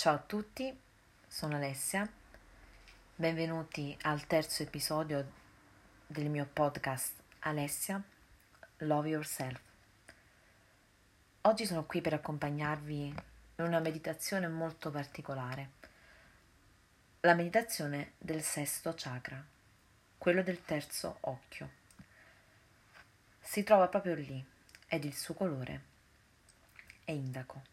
Ciao a tutti, sono Alessia, benvenuti al terzo episodio del mio podcast Alessia, Love Yourself. Oggi sono qui per accompagnarvi in una meditazione molto particolare, la meditazione del sesto chakra, quello del terzo occhio. Si trova proprio lì ed il suo colore è indaco.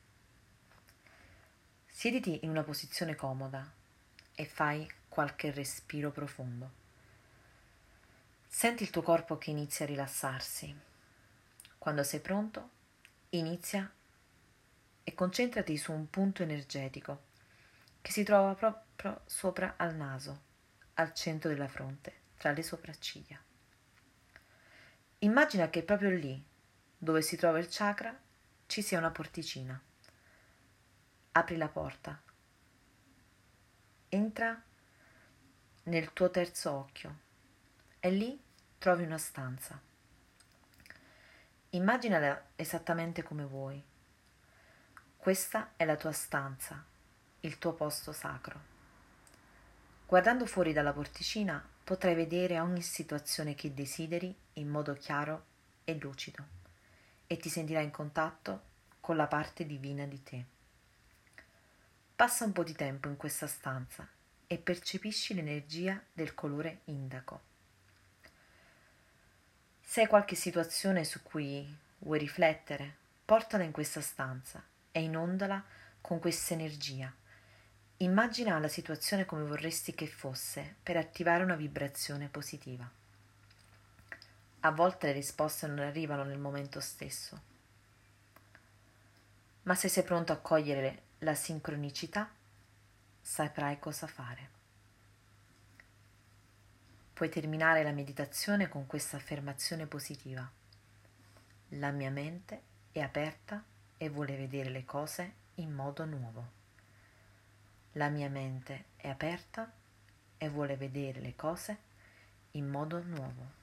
Siediti in una posizione comoda e fai qualche respiro profondo. Senti il tuo corpo che inizia a rilassarsi. Quando sei pronto, inizia e concentrati su un punto energetico che si trova proprio sopra al naso, al centro della fronte, tra le sopracciglia. Immagina che proprio lì, dove si trova il chakra, ci sia una porticina. Apri la porta. Entra nel tuo terzo occhio e lì trovi una stanza. Immaginala esattamente come vuoi. Questa è la tua stanza, il tuo posto sacro. Guardando fuori dalla porticina potrai vedere ogni situazione che desideri in modo chiaro e lucido e ti sentirai in contatto con la parte divina di te. Passa un po' di tempo in questa stanza e percepisci l'energia del colore indaco. Se hai qualche situazione su cui vuoi riflettere, portala in questa stanza e inondala con questa energia. Immagina la situazione come vorresti che fosse per attivare una vibrazione positiva. A volte le risposte non arrivano nel momento stesso, ma se sei pronto a cogliere la sincronicità, saprai cosa fare. Puoi terminare la meditazione con questa affermazione positiva. La mia mente è aperta e vuole vedere le cose in modo nuovo. La mia mente è aperta e vuole vedere le cose in modo nuovo.